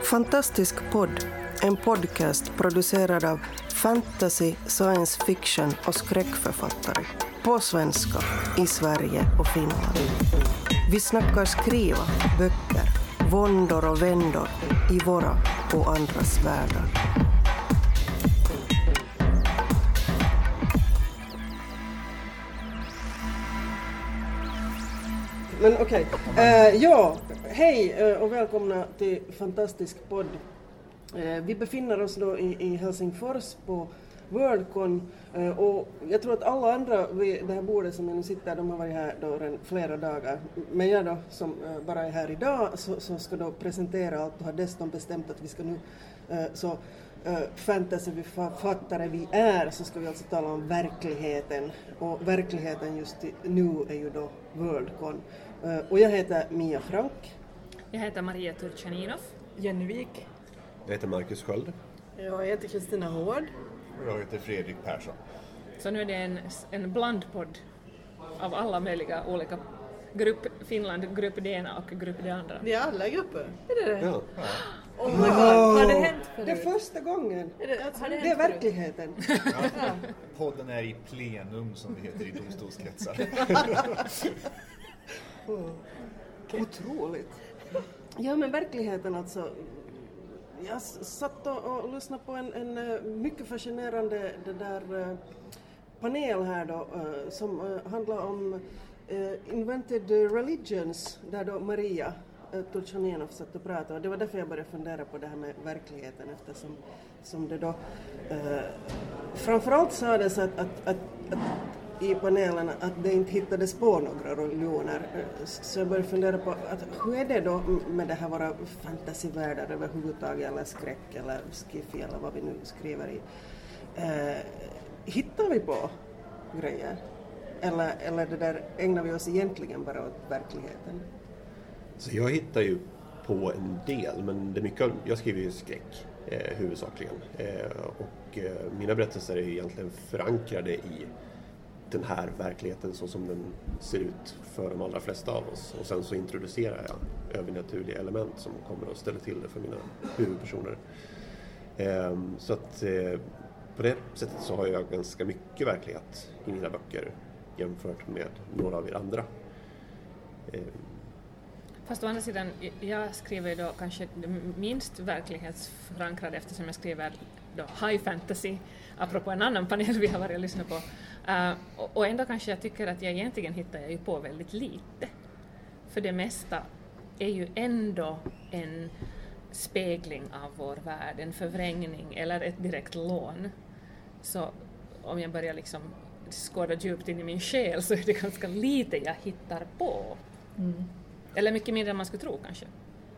Fantastisk podd, en podcast producerad av fantasy, science fiction och skräckförfattare. På svenska, i Sverige och Finland. Vi snackar skriva, böcker, våndor och vändor i våra och andras världar. Men okej. Hej och välkomna till Fantastisk podd. Vi befinner oss då i Helsingfors på Worldcon och jag tror att alla andra vid det här bordet som jag nu sitter, de har varit här då flera dagar. Men jag då som bara är här idag så ska då presentera allt och har dessutom bestämt att vi ska nu fantasyförfattare vi är, så ska vi alltså tala om verkligheten. Och verkligheten just nu är ju då Worldcon. Och jag heter Mia Frank. Jag heter Maria Turchaninov. Jenny Wik. Jag heter Marcus Sköld. Jag heter Kristina Hård. Och jag heter Fredrik Persson. Så nu är det en blandpodd av alla möjliga olika grupp Finland, grupp det ena och grupp det andra. Vi är alla grupper. Är det? Ja. Oh my God. Har det hänt förut? Det är första gången. Är det, det är verkligheten. Ja. Podden är i plenum som det heter i domstolskretsar. Otroligt. Ja, men verkligheten alltså. Jag satt och lyssnade på en mycket fascinerande panel här då som handlar om Invented Religions, där då Maria Turchaninov satt och pratade. Och det var därför jag började fundera på det här med verkligheten, eftersom det då framförallt sades att i panelen att det inte hittades på några religioner. Så jag började fundera på hur är det då med det här våra fantasyvärldar överhuvudtaget, eller skräck eller skiffy eller vad vi nu skriver i. Hittar vi på grejer? Eller det där ägnar vi oss egentligen bara åt verkligheten? Så jag hittar ju på en del, men det är mycket, jag skriver ju skräck huvudsakligen. Och mina berättelser är egentligen förankrade i den här verkligheten så som den ser ut för de allra flesta av oss. Och sen så introducerar jag övernaturliga element som kommer att ställa till det för mina huvudpersoner. Så att på det sättet så har jag ganska mycket verklighet i mina böcker jämfört med några av er andra. Fast å andra sidan, jag skriver ju då kanske minst verklighetsförankrad, eftersom jag skriver då high fantasy, apropå en annan panel vi har varit och lyssnat på. Och ändå kanske jag tycker att jag egentligen hittar ju på väldigt lite. För det mesta är ju ändå en spegling av vår värld, en förvrängning eller ett direkt lån. Så om jag börjar liksom skåda djupt in i min själ så är det ganska lite jag hittar på. Mm. Eller mycket mindre än man skulle tro kanske.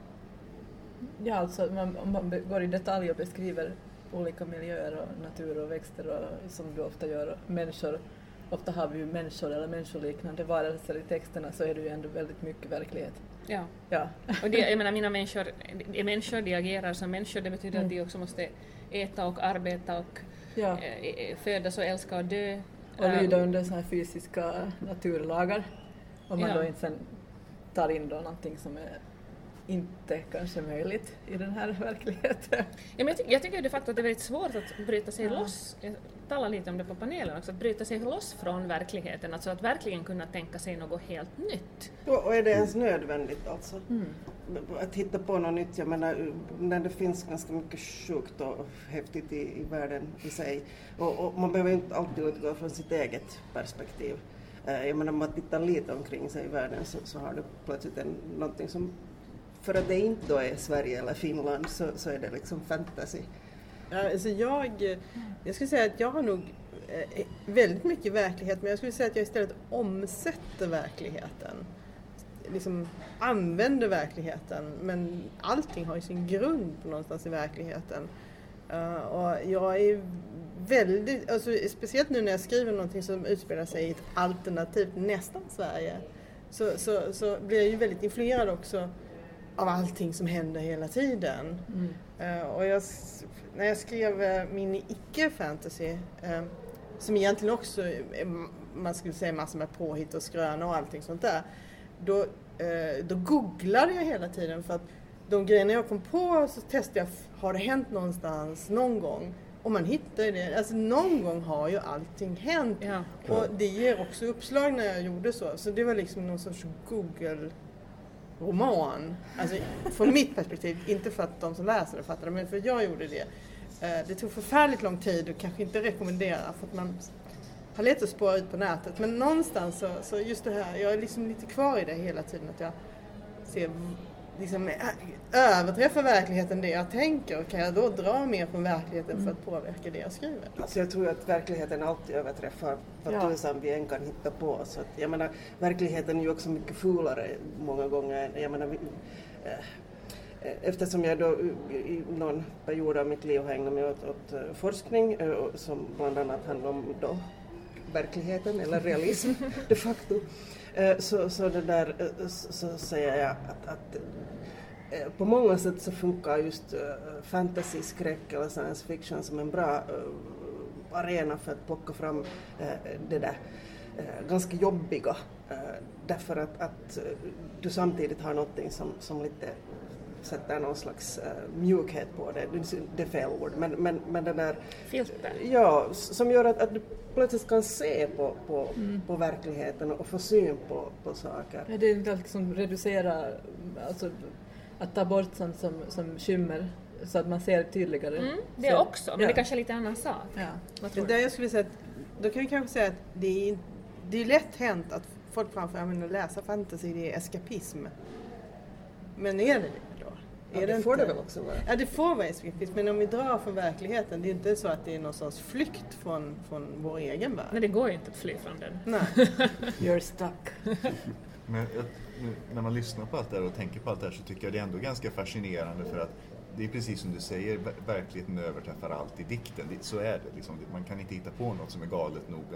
Ja, alltså om man går i detalj och beskriver olika miljöer och natur och växter och, som du ofta gör, människor. Ofta har vi ju människor eller människoliknande varelser i texterna, så är det ju ändå väldigt mycket verklighet. Ja. Och det, jag menar, mina människor de agerar som människor, det betyder att de också måste äta och arbeta och födas och älska och dö. Och lyda under så här fysiska naturlagar. Om man då inte sen tar in då någonting som är inte kanske möjligt i den här verkligheten. Ja, men jag tycker de facto att det är väldigt svårt att bryta sig loss. Jag talar lite om det på panelen också, att bryta sig loss från verkligheten. Alltså att verkligen kunna tänka sig något helt nytt. Och är det ens nödvändigt alltså? Att hitta på något nytt, jag menar, när det finns ganska mycket sjukt och häftigt i världen i sig. Och man behöver inte alltid utgå från sitt eget perspektiv. Jag menar, om man tittar lite omkring sig i världen så har du plötsligt någonting som, för att det inte då är Sverige eller Finland, så är det liksom fantasy. Ja, alltså jag skulle säga att jag har nog väldigt mycket verklighet, men jag skulle säga att jag istället omsätter verkligheten. Liksom använder verkligheten, men allting har ju sin grund på någonstans i verkligheten. Och jag är väldigt, alltså speciellt nu när jag skriver någonting som utspelar sig i ett alternativt nästan Sverige, så blir jag ju väldigt influerad också av allting som händer hela tiden. Och när jag skrev min icke-fantasy, som egentligen också man skulle säga massor med påhitt och skröna och allting sånt där, då googlade jag hela tiden för att de grejerna jag kom på så testade jag, har det hänt någonstans någon gång? Och man hittar ju det. Alltså någon gång har ju allting hänt. Ja. Och det ger också uppslag när jag gjorde så. Så det var liksom någon sorts Google-roman. Alltså från mitt perspektiv, inte för att de som läser det fattar det, men för jag gjorde det. Det tog förfärligt lång tid och kanske inte rekommendera för att man har lätt att spåra ut på nätet. Men någonstans så just det här, jag är liksom lite kvar i det hela tiden, att jag ser liksom överträffa verkligheten det jag tänker, och kan jag då dra mer från verkligheten för att påverka det jag skriver? Alltså jag tror att verkligheten alltid överträffar vad tusan vi än kan hitta på. Så att, jag menar, verkligheten är ju också mycket fulare många gånger. Jag menar, eftersom jag då i någon period av mitt liv har ägnat mig åt forskning som bland annat handlar om då verkligheten eller realism de facto. Så det där så säger jag att på många sätt så funkar just fantasy, skräck eller science fiction som en bra arena för att plocka fram det där ganska jobbiga, därför att du samtidigt har någonting som lite sätter någon slags mjukhet på det. Det är fel ord, men den där filter. Ja, som gör att du plötsligt kan se på verkligheten och få syn på saker. Ja, det är liksom reducera, alltså att ta bort sånt som skymmer så att man ser tydligare. Det så, också, men det kanske är lite annan sak. Ja. Vad tror Det du? jag skulle säga, då kan vi kanske säga att det är lätt hänt att folk framför använder läsa fantasy, det är eskapism. Men är det då? Ja, det får det väl också vara. Ja, det får vara eskapism, men om vi drar från verkligheten, det är inte så att det är någon sorts flykt från vår egen värld. Nej, det går ju inte att fly från den. Nej. You're stuck. Men när man lyssnar på allt det här och tänker på allt det här så tycker jag det är ändå ganska fascinerande, för att det är precis som du säger, verkligheten överträffar allt i dikten. Så är det. Liksom, man kan inte hitta på något som är galet nog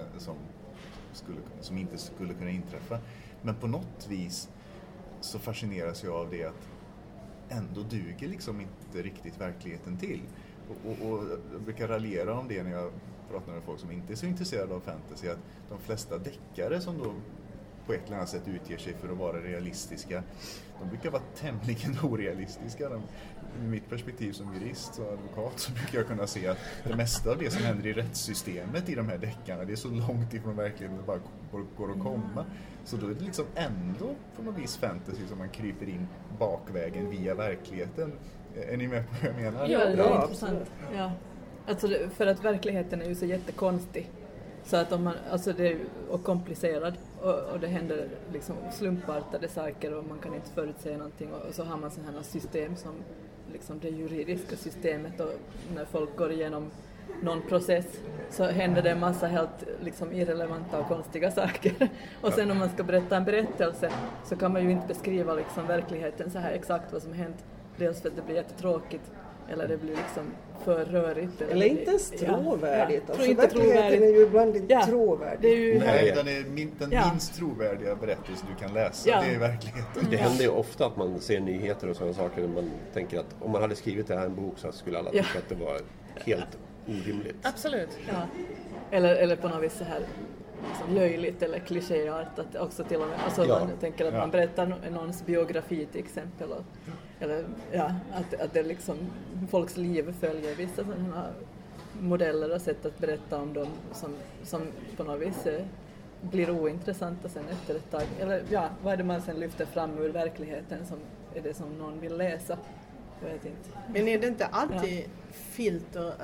som inte skulle kunna inträffa. Men på något vis så fascineras jag av det att ändå duger liksom inte riktigt verkligheten till. Och jag brukar raljera om det när jag pratar med folk som inte är så intresserade av fantasy, att de flesta deckare som då på ett eller annat sätt utger sig för att vara realistiska, de brukar vara tämligen orealistiska. I mitt perspektiv som jurist och advokat så brukar jag kunna se att det mesta av det som händer i rättssystemet i de här deckarna, det är så långt ifrån verkligheten det bara går att komma. Så då är det liksom ändå på något vis fantasy som man kryper in bakvägen via verkligheten. Är ni med på vad jag menar? Ja, det är Ja, intressant. Ja. Alltså för att verkligheten är ju så jättekonstig. Så att om man, alltså det är och komplicerad och det händer liksom slumpartade saker och man kan inte förutse någonting, och så har man sådana här system som liksom det juridiska systemet, och när folk går igenom någon process så händer det en massa helt liksom irrelevanta och konstiga saker. Och sen om man ska berätta en berättelse så kan man ju inte beskriva liksom verkligheten så här exakt vad som hänt. Dels för att det blir jättetråkigt eller det blir liksom för rörigt. Eller inte ens trovärdigt. Ja, Alltså, inte verkligheten trovärdigt. är ju ibland inte Ja, trovärdig. det är ju, Nej, den är den Ja. minst trovärdiga berättelse du kan läsa. Ja. Det är verkligheten. Det händer ju ofta att man ser nyheter och sådana saker och man tänker att om man hade skrivit det här i en bok så skulle alla Ja. tycka att det var helt orimligt. Absolut. ja. Eller på något vis så här liksom löjligt eller klichéartat också till och med. Alltså Ja. man tänker att man berättar någons biografi till exempel. Eller ja, att det liksom folks liv följer vissa sådana modeller och sätt att berätta om dem som på något vis blir ointressanta sen efter ett tag. Eller ja, vad är det man sen lyfter fram ur verkligheten som är det som någon vill läsa? Jag vet inte. Men är det inte alltid filter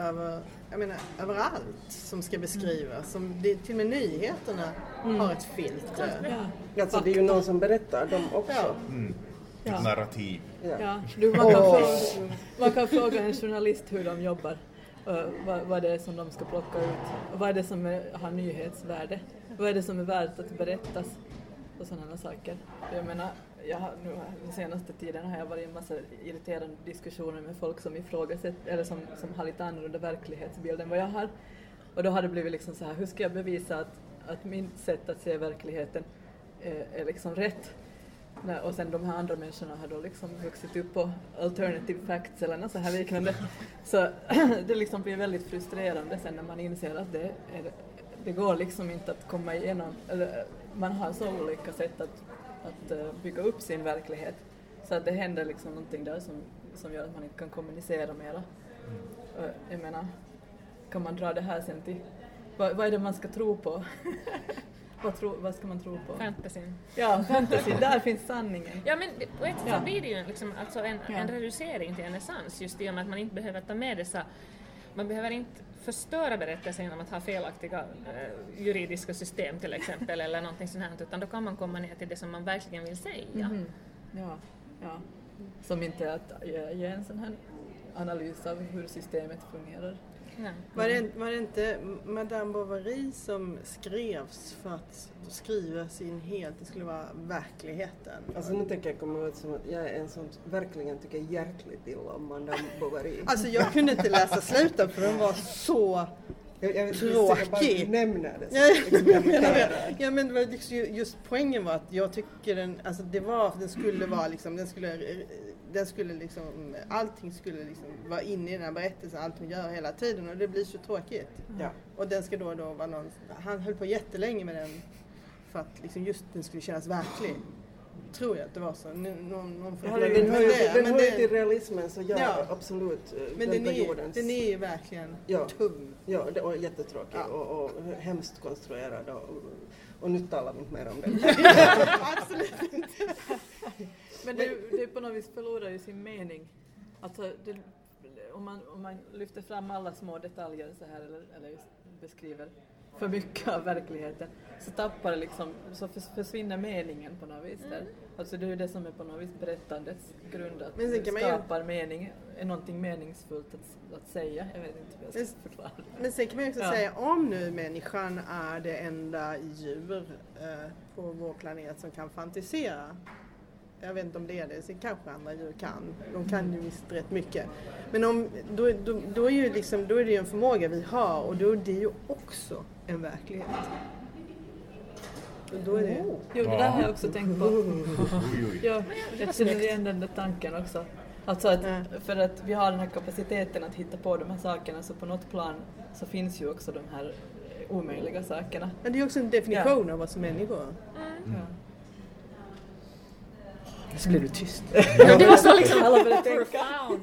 överallt som ska beskrivas? Som det, till och med nyheterna har ett filter. Ja. Alltså det är ju någon som berättar dem också. Ja. Ett narrativ. Ja, man kan fråga en journalist hur de jobbar. Vad det är som de ska plocka ut. Och vad är det som har nyhetsvärde. Vad är det som är värt att berättas. Och sådana saker. Jag menar, nu den senaste tiden har jag varit i en massa irriterande diskussioner med folk som ifrågasätter, eller som har lite annorlunda verklighetsbild än vad jag har. Och då har det blivit liksom så här, hur ska jag bevisa att min sätt att se verkligheten är liksom rätt? Och sen de här andra människorna har då liksom vuxit upp på alternative facts eller något så här liknande. Så det liksom blir väldigt frustrerande sen när man inser att det går liksom inte att komma igenom, eller man har så olika sätt att bygga upp sin verklighet. Så att det händer liksom någonting där som gör att man inte kan kommunicera mera. Jag menar, kan man dra det här sen till... Vad är det man ska tro på? Vad ska man tro på? Fantasin. Ja, fantasin. Där finns sanningen. Ja, men på ett sätt blir det ju liksom, alltså en reducering till en essens. Just i och med att man inte behöver ta med dessa... Man behöver inte förstöra berättelsen genom att ha felaktiga juridiska system till exempel eller någonting sånt här, utan då kan man komma ner till det som man verkligen vill säga. Mm. Ja. Som inte är att ge en sån här analys av hur systemet fungerar. Ja. Var det inte Madame Bovary som skrevs för att skriva sin det skulle vara verkligheten? Alltså nu tänker jag komma ut som att jag är en som verkligen tycker hjärtligt illa om Madame Bovary. Alltså jag kunde inte läsa slutet för den var så tråkig. Nämna det. Ja, men det var liksom, just poängen var att jag tycker den skulle liksom, allting skulle liksom vara inne i den här berättelsen, allt hon gör hela tiden, och det blir så tråkigt. Ja. Och den ska då vara han höll på jättelänge med den för att liksom just den skulle kännas verklig. Tror jag att det var så. Någon den hör ju till realismen, så absolut. Men den är ju verkligen tung. Ja, det var jättetråkig och hemskt konstruerad och nu talar vi inte mer om det. Absolut inte. Men det på något vis förlorar ju sin mening. Alltså, om man lyfter fram alla små detaljer så här eller beskriver för mycket av verkligheten, så tappar det liksom, så försvinner meningen på något vis där. Alltså det är ju det som är på något vis berättandets grund, att det skapar mening, är någonting meningsfullt att säga. Jag vet inte hur jag ska förklara det. Men sen kan man ju också säga, om nu människan är det enda djur på vår planet som kan fantisera. Jag vet inte om det är det, så kanske andra djur kan. De kan ju visst rätt mycket. Men då är det ju en förmåga vi har, och då är det ju också en verklighet. Och då är det... Jo, det där har jag också tänkt på. Ja, jag känner igen den där tanken också. Alltså att, för att vi har den här kapaciteten att hitta på de här sakerna, så på något plan så finns ju också de här omöjliga sakerna. Men det är också en definition av vad som människor. Så blir du tyst. Det var så liksom alla började tänka.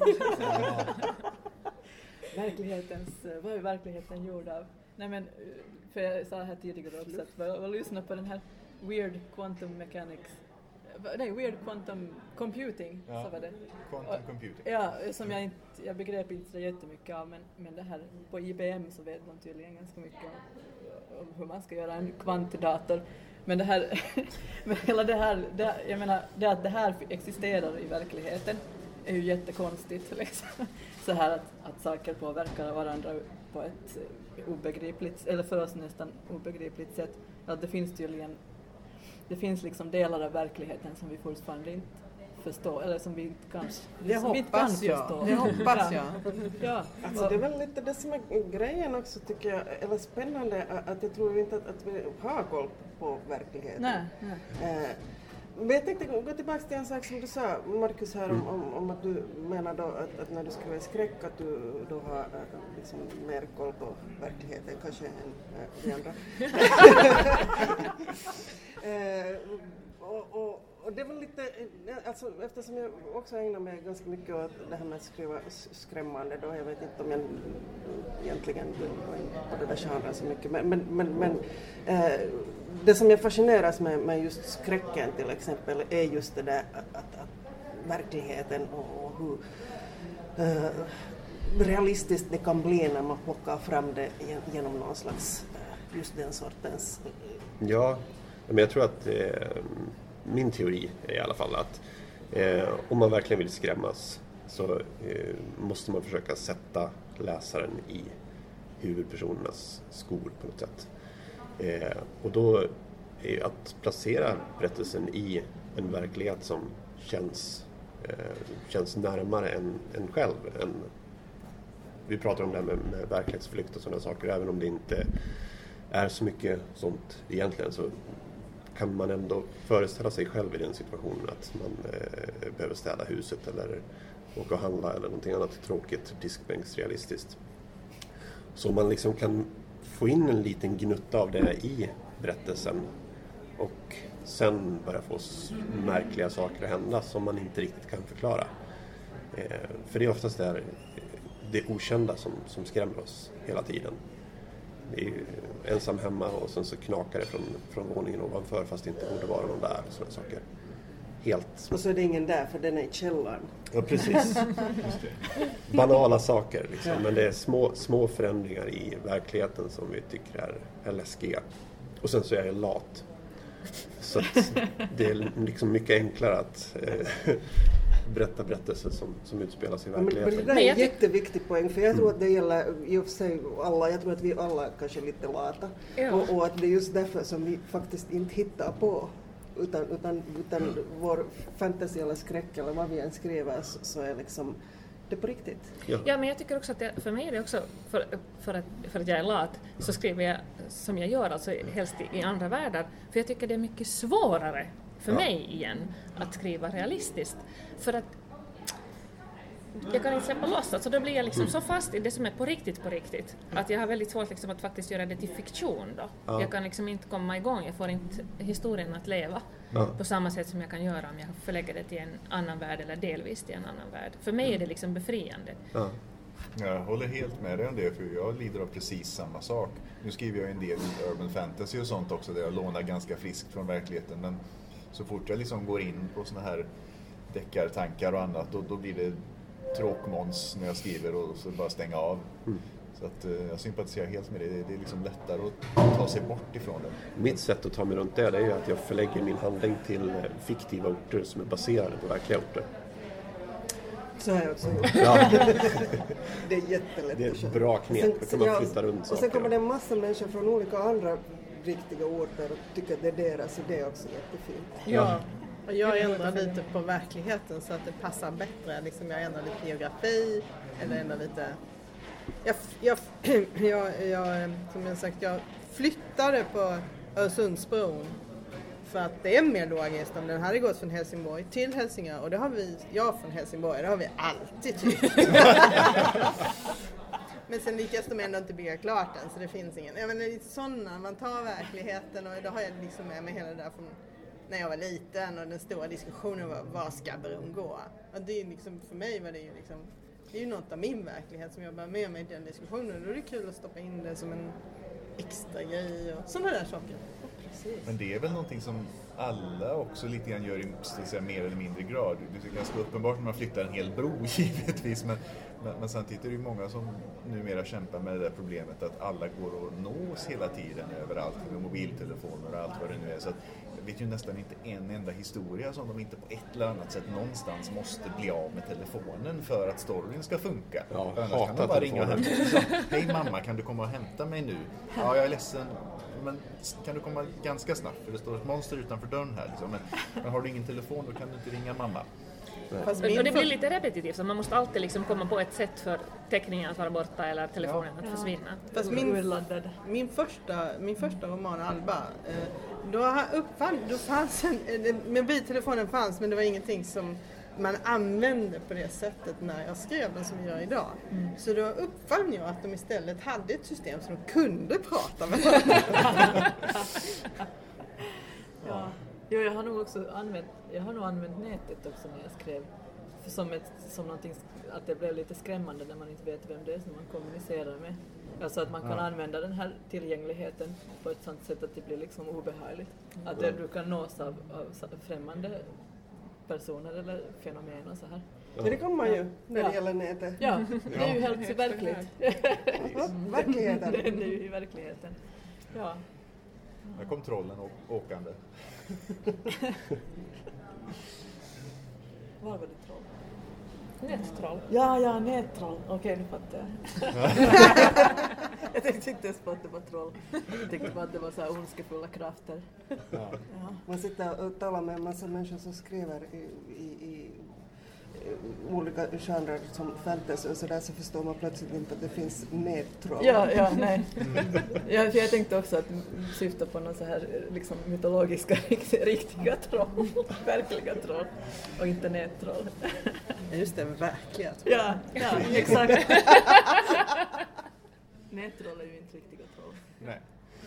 Vad är verkligheten gjord av? Nej, men för jag sa här tidigare också att jag lyssnar på den här Weird Quantum Mechanics. Nej, Weird Quantum Computing, så var det. Quantum Computing. Ja, som jag begrep inte så jättemycket av, men det här på IBM så vet man tydligen ganska mycket om hur man ska göra en kvantdator. Men det här, men hela jag menar, det att det här existerar i verkligheten är ju jättekonstigt liksom. Så här att saker påverkar varandra på ett obegripligt, eller för oss nästan obegripligt sätt. Att det finns liksom delar av verkligheten som vi fortfarande inte förstår, eller som vi inte kan förstå. Det hoppas jag. Ja. Alltså det är väl lite det som är grejen också, tycker jag, eller spännande, att jag tror inte att vi har koll på verkligheten. Nej. Men jag tänkte gå tillbaka till en sak som du sa, Markus, här om att du menar då att när du skriver skräck att du då har liksom mer koll på verkligheten kanske än vi andra. Och det var lite, alltså eftersom jag också ägnar mig ganska mycket åt det här med att skriva skrämmande då, jag vet inte om jag egentligen vill gå in på det där genren så mycket, men det som jag fascineras med just skräcken till exempel är just det där att verkligheten och hur realistiskt det kan bli när man plockar fram det genom någon slags just den sortens... Ja, men jag tror att min teori är i alla fall att om man verkligen vill skrämmas så måste man försöka sätta läsaren i huvudpersonernas skor på något sätt. Och då är att placera berättelsen i en verklighet som känns närmare än själv. Vi pratar om det här med verklighetsflykt och sådana saker, även om det inte är så mycket sånt egentligen, så kan man ändå föreställa sig själv i den situationen att man behöver städa huset eller åka och handla eller någonting annat tråkigt, diskbänksrealistiskt. Så man liksom kan få in en liten gnutta av det i berättelsen och sen börjar få märkliga saker att hända som man inte riktigt kan förklara. För det är oftast det okända som skrämmer oss hela tiden. Vi är ju ensam hemma och sen så knakar det från våningen ovanför fast det inte borde vara någon där och sådana saker. Helt. Och så är det ingen där för den är i källaren. Ja, precis. Banala saker liksom. Men det är små förändringar i verkligheten som vi tycker är läskiga. Och sen så är jag lat. Så att det är liksom mycket enklare att berätta berättelser som utspelar sig i verkligheten. Men det där är en jätteviktig poäng, för jag tror att det gäller i och för sig alla, jag tror att vi alla kanske är lite lata. Ja. Och att det är just därför som vi faktiskt inte hittar på, utan vår fantasy eller skräck eller vad vi än skriver så är liksom det på riktigt. Ja, men jag tycker också att för mig är det också, för att jag är lat, så skriver jag som jag gör, alltså helst i andra världar. För jag tycker det är mycket svårare för mig igen att skriva realistiskt. För att jag kan inte släppa loss, alltså då blir jag liksom så fast i det som är på riktigt. Att jag har väldigt svårt liksom att faktiskt göra det till fiktion då. Ja. Jag kan liksom inte komma igång, jag får inte historien att leva på samma sätt som jag kan göra om jag förlägger det till en annan värld eller delvis till en annan värld. För mig är det liksom befriande. Ja. Jag håller helt med dig om det, för jag lider av precis samma sak. Nu skriver jag en del urban fantasy och sånt också där jag lånar ganska friskt från verkligheten, men så fort jag liksom går in på såna här deckartankar och annat då blir det tråkmåns när jag skriver och så bara stänga av. Så att jag sympatiserar helt med det. Det är liksom lättare att ta sig bort ifrån det. Mitt sätt att ta mig runt det är ju att jag förlägger min handling till fiktiva orter som är baserade på verkliga orter. Så har jag också gjort. Ja. Det är jättelätt. Det är ett bra knep. Då kan man flytta runt saker. Och sen kommer det en massa människor från olika andra riktiga orter och tycker att det är deras idé också jättefint. Ja. Och jag ändrar lite på verkligheten så att det passar bättre. Liksom jag ändrar lite geografi eller ändrar lite... Som jag sagt, jag flyttade på Öresundsbron för att det är mer logiskt om den hade gått från Helsingborg till Helsingör. Och det har jag från Helsingborg, det har vi alltid tyckt. Men sen lyckas de ändå inte bygga klart den, så det finns ingen. Jag menar, lite sådana, man tar verkligheten och då har jag liksom med mig hela det där från när jag var liten och den stora diskussionen var ska bron gå? Och det är liksom, för mig var det ju liksom, det är ju något av min verklighet som jag bär med mig i den diskussionen. Då är det kul att stoppa in det som en extra grej och sådana där saker. Precis. Men det är väl någonting som alla också lite grann gör i mer eller mindre grad. Det är ganska uppenbart när man flyttar en hel bro givetvis, men samtidigt är det ju många som numera kämpar med det där problemet att alla går och nås hela tiden överallt med mobiltelefoner och allt vad det nu är. Så att jag vet ju nästan inte en enda historia som de inte på ett eller annat sätt någonstans måste bli av med telefonen för att storyn ska funka. Ja, annars kan man bara ringa och hämta. Hej mamma, kan du komma och hämta mig nu? Ja, jag är ledsen. Men kan du komma ganska snabbt? För det står ett monster utanför dörren här. Liksom. Men har du ingen telefon då kan du inte ringa mamma. Och det blir lite repetitivt, så man måste alltid liksom komma på ett sätt för teckningen att vara borta eller telefonen att försvinna. Fast min första roman Alba, då fanns mobiltelefonen fanns, men det var ingenting som man använde på det sättet när jag skrev den som jag gör idag. Så då uppfann jag att de istället hade ett system som de kunde prata med varandra. Ja. Jo, jag har nog använt nätet också när jag skrev som någonting, att det blev lite skrämmande när man inte vet vem det är som man kommunicerar med. Alltså att man kan använda den här tillgängligheten på ett sånt sätt att det blir liksom obehagligt. Att du kan nås av främmande personer eller fenomen och så här. Ja, det kan man ju när det gäller nätet. Ja, det är ju helt verkligt. Verkligheten. Det är nu i verkligheten. Ja. Där kom trollen åkande. Var var det troll? Nättroll. Ja, nättroll. Okej, nu fattar jag. Jag tänkte inte ens på att det var troll. Jag tänkte på att det var så här ondskefulla krafter. Ja. Man sitter och talar med en massa människor som skriver i olika genrer som fantasy och sådär, så förstår man plötsligt inte att det finns nättroll. Ja, nej. Ja, för jag tänkte också att syfta på någon så här liksom mytologiska riktiga troll, verkliga troll och inte nättroll. Just det, verkliga troll. Ja, exakt. Nättroll är ju inte riktiga troll. Nej.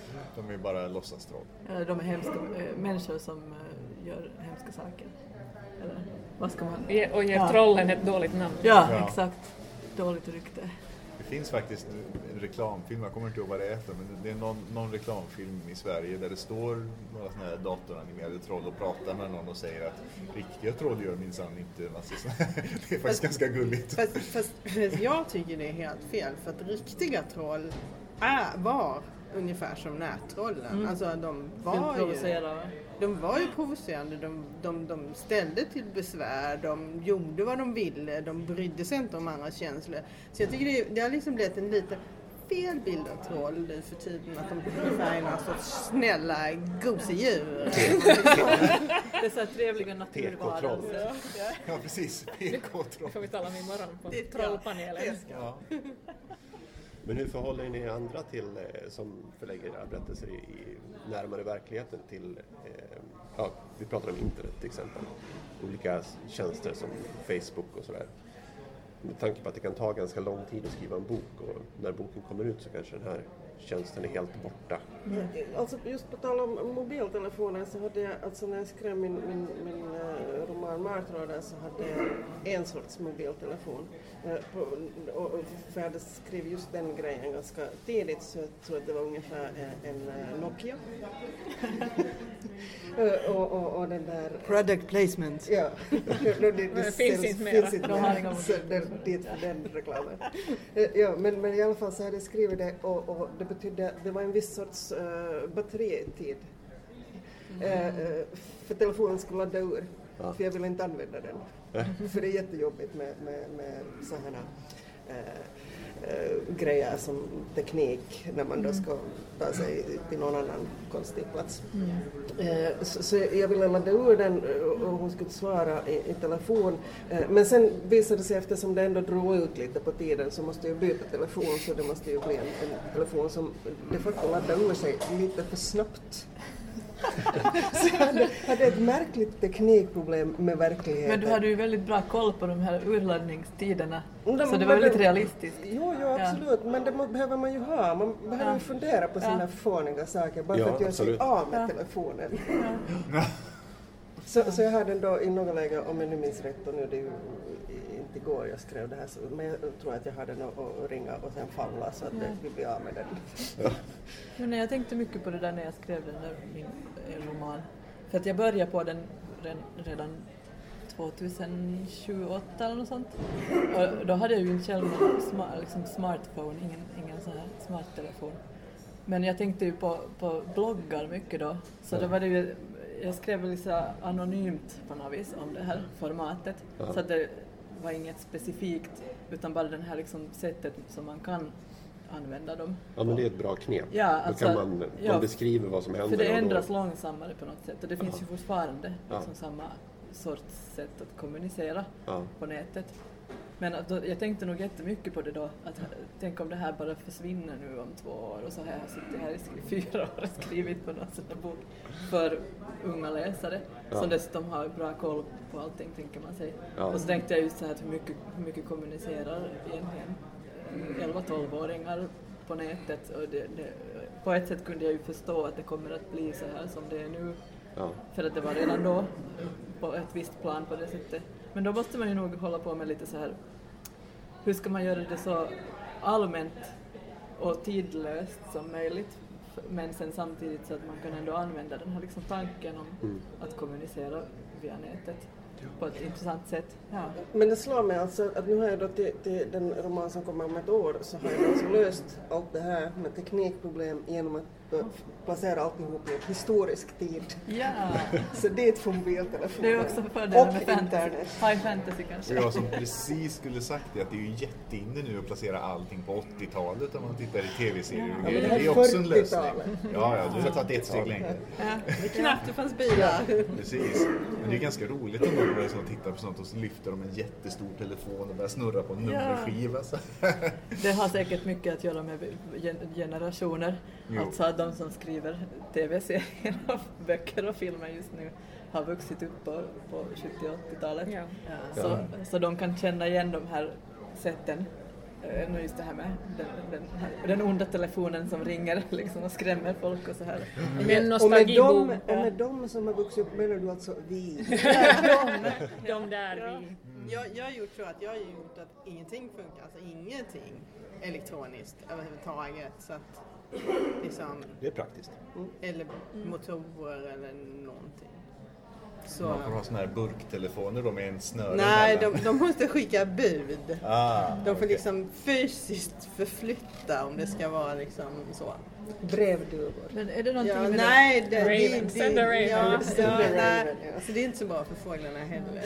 De är bara låtsastroll. Eller de är hemska människor som gör hemska saker. Eller vad ska man... Och ger trollen ett dåligt namn. Ja, exakt. Dåligt rykte. Det finns faktiskt en reklamfilm, jag kommer inte ihåg vad det är efter, men det är någon reklamfilm i Sverige där det står några sådana här datoranimerade troll och pratar med någon och säger att riktiga troll gör minsann inte massa sådana. Det är faktiskt ganska gulligt. Fast jag tycker det är helt fel, för att riktiga troll var ungefär som nättrollen. Alltså de var ju provocerande, de ställde till besvär, de gjorde vad de ville, de brydde sig inte om andra känslor. Så jag tycker det har liksom blivit en lite fel bild av troll nu för tiden, att de ungefär är någon sorts snälla gosedjur. Det är så trevliga naturvarelser. Ja, precis. PK-troll. Det får vi tala om imorgon på trollpanelen. Ja. Men hur förhåller ni andra till, som förlägger era berättelser i närmare verkligheten till, vi pratar om internet till exempel, olika tjänster som Facebook och sådär. Med tanke på att det kan ta ganska lång tid att skriva en bok, och när boken kommer ut så kanske den här tjänsten är helt borta. Alltså just på tal om mobiltelefoner, så hade jag, alltså när jag skrev min roman Martråden, så hade jag en sorts mobiltelefon. För jag hade skrivit just den grejen ganska tidigt, så jag tror att det var ungefär en Nokia. och den där... Product placement. Ja. Det finns inte mer. Dit för den reklamen. Ja, men i alla fall så hade jag skrivit det, och det betydde, det var en viss sorts batteritid. För telefonen skulle ladda ur. Ja. För jag ville inte använda den. För det är jättejobbigt med sådana grejer som teknik när man då ska ta sig till någon annan konstig plats. Så jag ville ladda ur den, och hon skulle svara i telefon. Men sen visade det sig, eftersom det ändå drog ut lite på tiden, så måste jag byta telefon, så det måste ju bli en telefon som de facto laddade ur sig lite för snabbt. Så jag hade ett märkligt teknikproblem med verkligheten. Men du hade ju väldigt bra koll på de här urladdningstiderna. Så det var väldigt realistiskt. Jo, absolut. Men det behöver man ju ha. Man behöver ju fundera på sina fåniga saker bara för att göra sig av med telefonen. Så jag hade då i några lägen, om jag nu minns rätt, och nu det är ju inte igår jag skrev det här, men jag tror att jag hade något att ringa och sen falla, så att det skulle bli av med den. Men jag tänkte mycket på det där när jag skrev den där min roman. För att jag började på den redan 2028 eller något sånt. Och då hade jag ju inte själv någon smartphone, ingen sån här smarttelefon. Men jag tänkte ju på bloggar mycket då. Så då var det ju, jag skrev lite anonymt på något vis om det här formatet. Ja. Så att det var inget specifikt, utan bara den här liksom sättet som man kan använda dem. Ja, men det är ett bra knep. Ja, alltså, då kan man beskriva vad som händer. För det ändras långsammare på något sätt. Och det finns ju fortfarande liksom samma sorts sätt att kommunicera på nätet. Men jag tänkte nog jättemycket på det då. Att, tänk om det här bara försvinner nu om 2 år. Och så har jag suttit här i 4 år och skrivit på någon sån här bok för unga läsare. Som dessutom har bra koll på allting, tänker man sig. Och så tänkte jag just så här att hur mycket kommunicerar egentligen 11-12-åringar på nätet. Och på ett sätt kunde jag ju förstå att det kommer att bli så här som det är nu. Ja. För att det var redan då på ett visst plan på det sättet. Men då måste man ju nog hålla på med lite så här, hur ska man göra det så allmänt och tidlöst som möjligt, men sen samtidigt så att man kan ändå använda den här liksom tanken om att kommunicera via nätet på ett intressant sätt. Ja. Men det slår mig alltså att nu har jag då till den roman som kommer om ett år, så har jag alltså löst allt det här med teknikproblem genom att placera alltihop i en historisk tid. Ja. Så det är ett mobiltelefon. Det är också fördelen med fantasy. High fantasy kanske. Och jag som precis skulle sagt det, att det är ju jätteinne nu att placera allting på 80-talet om man tittar i tv-serier. Ja, det är också en lösning. Ja, det är ett steg längre. Det knappt det fanns bilar. Precis. Men det är ganska roligt om någon börjar titta på sånt och så lyfter de en jättestor telefon och börjar snurra på en nummerskiva. Så. Det har säkert mycket att göra med generationer. Jo. Alltså att de som skriver tv-serier och böcker och filmer just nu har vuxit upp på 70- och 80-talet. Ja. Så de kan känna igen de här sätten just det här med den onda telefonen som ringer liksom och skrämmer folk och så här. Men nostalgiboom. Och med dem som har vuxit upp menar du alltså vi? De där vi. Jag har gjort så att jag har gjort att ingenting funkar, alltså ingenting elektroniskt överhuvudtaget. Så att liksom, Det är praktiskt. eller motorer eller någonting. Så. Man får ha såna här burktelefoner då med en snöre Nej, emellan. de måste skicka bud. De får okej. liksom fysiskt förflytta om det ska vara liksom så. Brevduvor. Men är det någonting Ja, med nej, Raven, send a raven. Ja, Send a raven, nej. ja. Alltså det är inte så bra för fåglarna heller.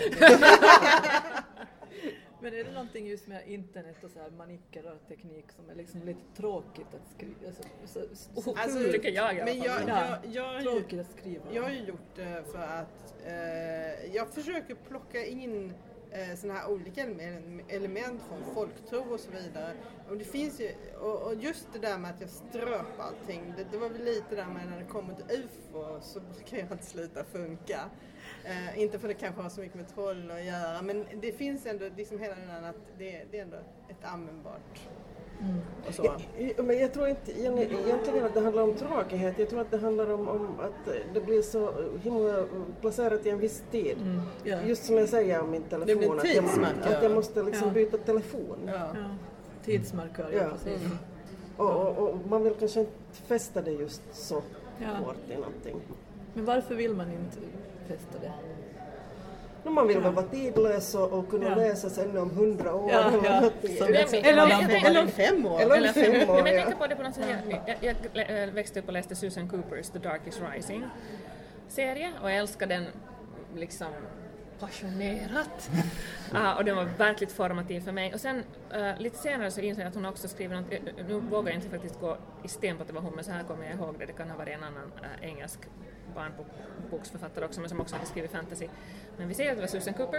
Men är det någonting just med internet och så här manicker och teknik som är liksom lite tråkigt att skriva? Alltså, tycker jag i alla men fall. jag Tråkigt att skriva. Jag har ju gjort det för att jag försöker plocka in såna här olika element från folktro och så vidare. Och det finns ju, och just det där med att jag ströp allting, det var väl lite där med när det kommer till UFO så kan jag inte sluta funka. Inte för det kanske har så mycket med troll att göra, men det finns ändå liksom hela den här att det är ändå ett användbart. Och så. Men jag tror inte egentligen att det handlar om tråkighet. Jag tror att det handlar om att det blir så himla placerat i en viss tid. Ja. Just som jag säger om min telefon. Det blir tidsmarkör. Att jag måste liksom Ja. byta telefon. Ja. Ja. Tidsmarkör, ja, Ja. precis. Och man vill kanske inte fästa det just så Ja. hårt i någonting. Men varför vill man inte fästa det? Man vill vara tidlös och kunna läsas ännu om 100 år. Ja, eller ja. någonting. Så- Eller om 5 år. Eller om 5 år. Men jag Ja. tänker på det på något sätt. Jag växte upp och läste Susan Coopers The Dark is Rising serie och jag älskade den liksom passionerat. Och den var verkligt formativ för mig. Och sen lite senare så insåg jag att hon också skriver något, nu vågar jag inte faktiskt gå i sten på att det var hon, men så här kommer jag ihåg det. Det kan ha varit en annan engelsk barnboksförfattare också, men som också hade skrivit fantasy. Men vi säger att det var Susan Cooper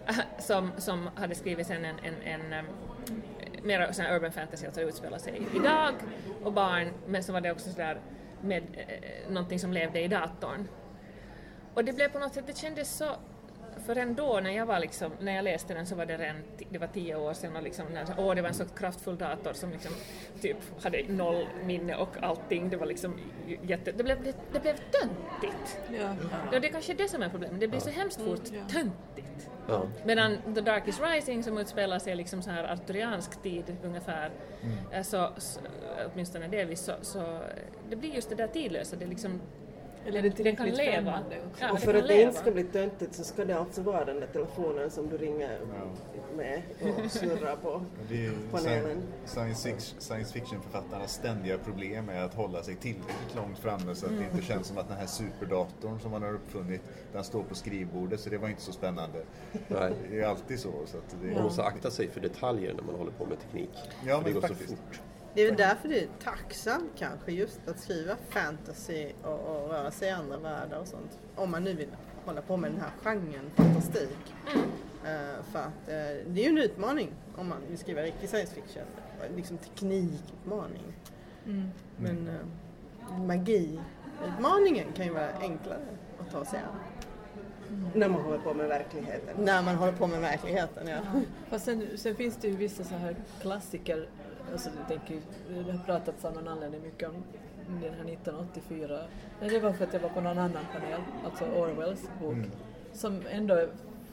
som hade skrivit sen en mer sån här urban fantasy, alltså utspelar sig idag och barn, men så var det också sådär med någonting som levde i datorn. Och det blev på något sätt, det kändes så, för ändå när jag var liksom, när jag läste den så var det var 10 år sedan och liksom, det var en så kraftfull dator som liksom typ hade 0 minne och allting, det var liksom det blev töntigt. Ja. Och det är kanske det som är problemet, det blir så hemskt fort töntigt. Ja. Medan The Dark is Rising som utspelar sig liksom så här arturiansk tid ungefär, så åtminstone delvis så det blir just det där tidlösa, det liksom Eller är det den kan tillräckligt leva. främmande också? Ja, Och den för kan att det leva. inte ska bli töntigt så ska det alltså vara den där telefonen som du ringer med och surrar på Det är panelen. science fiction-författarnas ständiga problem är att hålla sig tillräckligt långt framme så att det inte känns som att den här superdatorn som man har uppfunnit, den står på skrivbordet, så det var inte så spännande. Nej. Det är alltid så. Så att det Man måste akta sig för detaljer när man håller på med teknik. Ja, För det men går så faktiskt. fort. Det är väl därför det är tacksamt kanske just att skriva fantasy och röra sig i andra världar och sånt. Om man nu vill hålla på med den här genren fantastik. För att det är ju en utmaning om man vill skriva riktig science fiction. Liksom teknikutmaning. Men magiutmaningen kan ju vara enklare att ta sig an. När man håller på med verkligheten. När man håller på med verkligheten, ja. Fast sen finns det ju vissa så här klassiker, alltså jag tänker, det har pratats av någon anledning mycket om den här 1984. Nej, det var för att jag var på någon annan panel, alltså Orwells bok, som ändå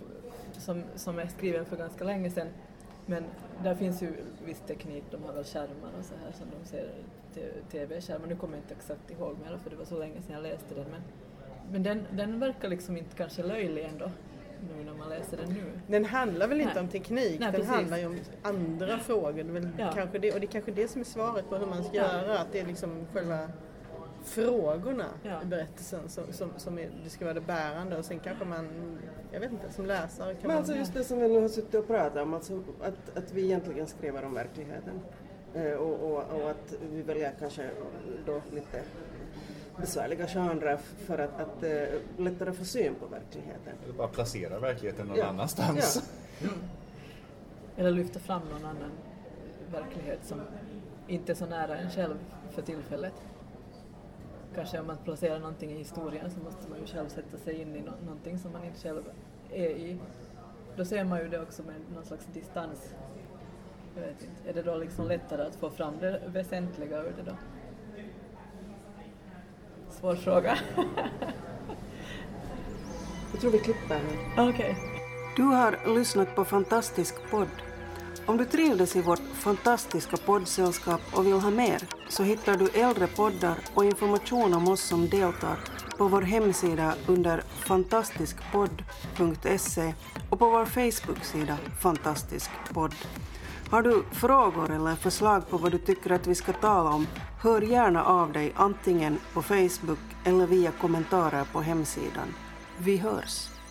som är skriven för ganska länge sedan. Men där finns ju viss teknik, de har väl skärmar och så här som de ser, tv-skärmar. Nu kommer jag inte exakt ihåg mer för det var så länge sedan jag läste den. Men den verkar liksom inte kanske löjlig ändå, nu när man läser den nu. Den handlar väl inte Nej. om teknik, Nej, den precis. handlar ju om andra frågor. Det är väl Ja. kanske det, och det är kanske det som är svaret på hur man ska göra, att det är liksom själva frågorna i berättelsen som är, det ska vara det bärande, och sen kanske man, jag vet inte, som läsare kan Men man... alltså just det som vi nu har suttit och pratat om, alltså att vi egentligen skriver om verkligheten. Och att vi väljer kanske då lite besvärliga genrer för att lättare få syn på verkligheten. Eller bara placera verkligheten någon Ja. annanstans. Ja. Eller lyfta fram någon annan verklighet som inte är så nära en själv för tillfället. Kanske om man placerar någonting i historien så måste man ju själv sätta sig in i någonting som man inte själv är i. Då ser man ju det också med någon slags distans Jag vet inte. Är det då liksom lättare att få fram det väsentliga ur det då? Svår fråga. Jag tror vi klipper nu. Okej. Du har lyssnat på Fantastisk podd. Om du trivdes i vårt fantastiska poddsällskap och vill ha mer så hittar du äldre poddar och information om oss som deltar på vår hemsida under fantastiskpodd.se och på vår Facebook-sida Fantastisk podd. Har du frågor eller förslag på vad du tycker att vi ska tala om, hör gärna av dig antingen på Facebook eller via kommentarer på hemsidan. Vi hörs!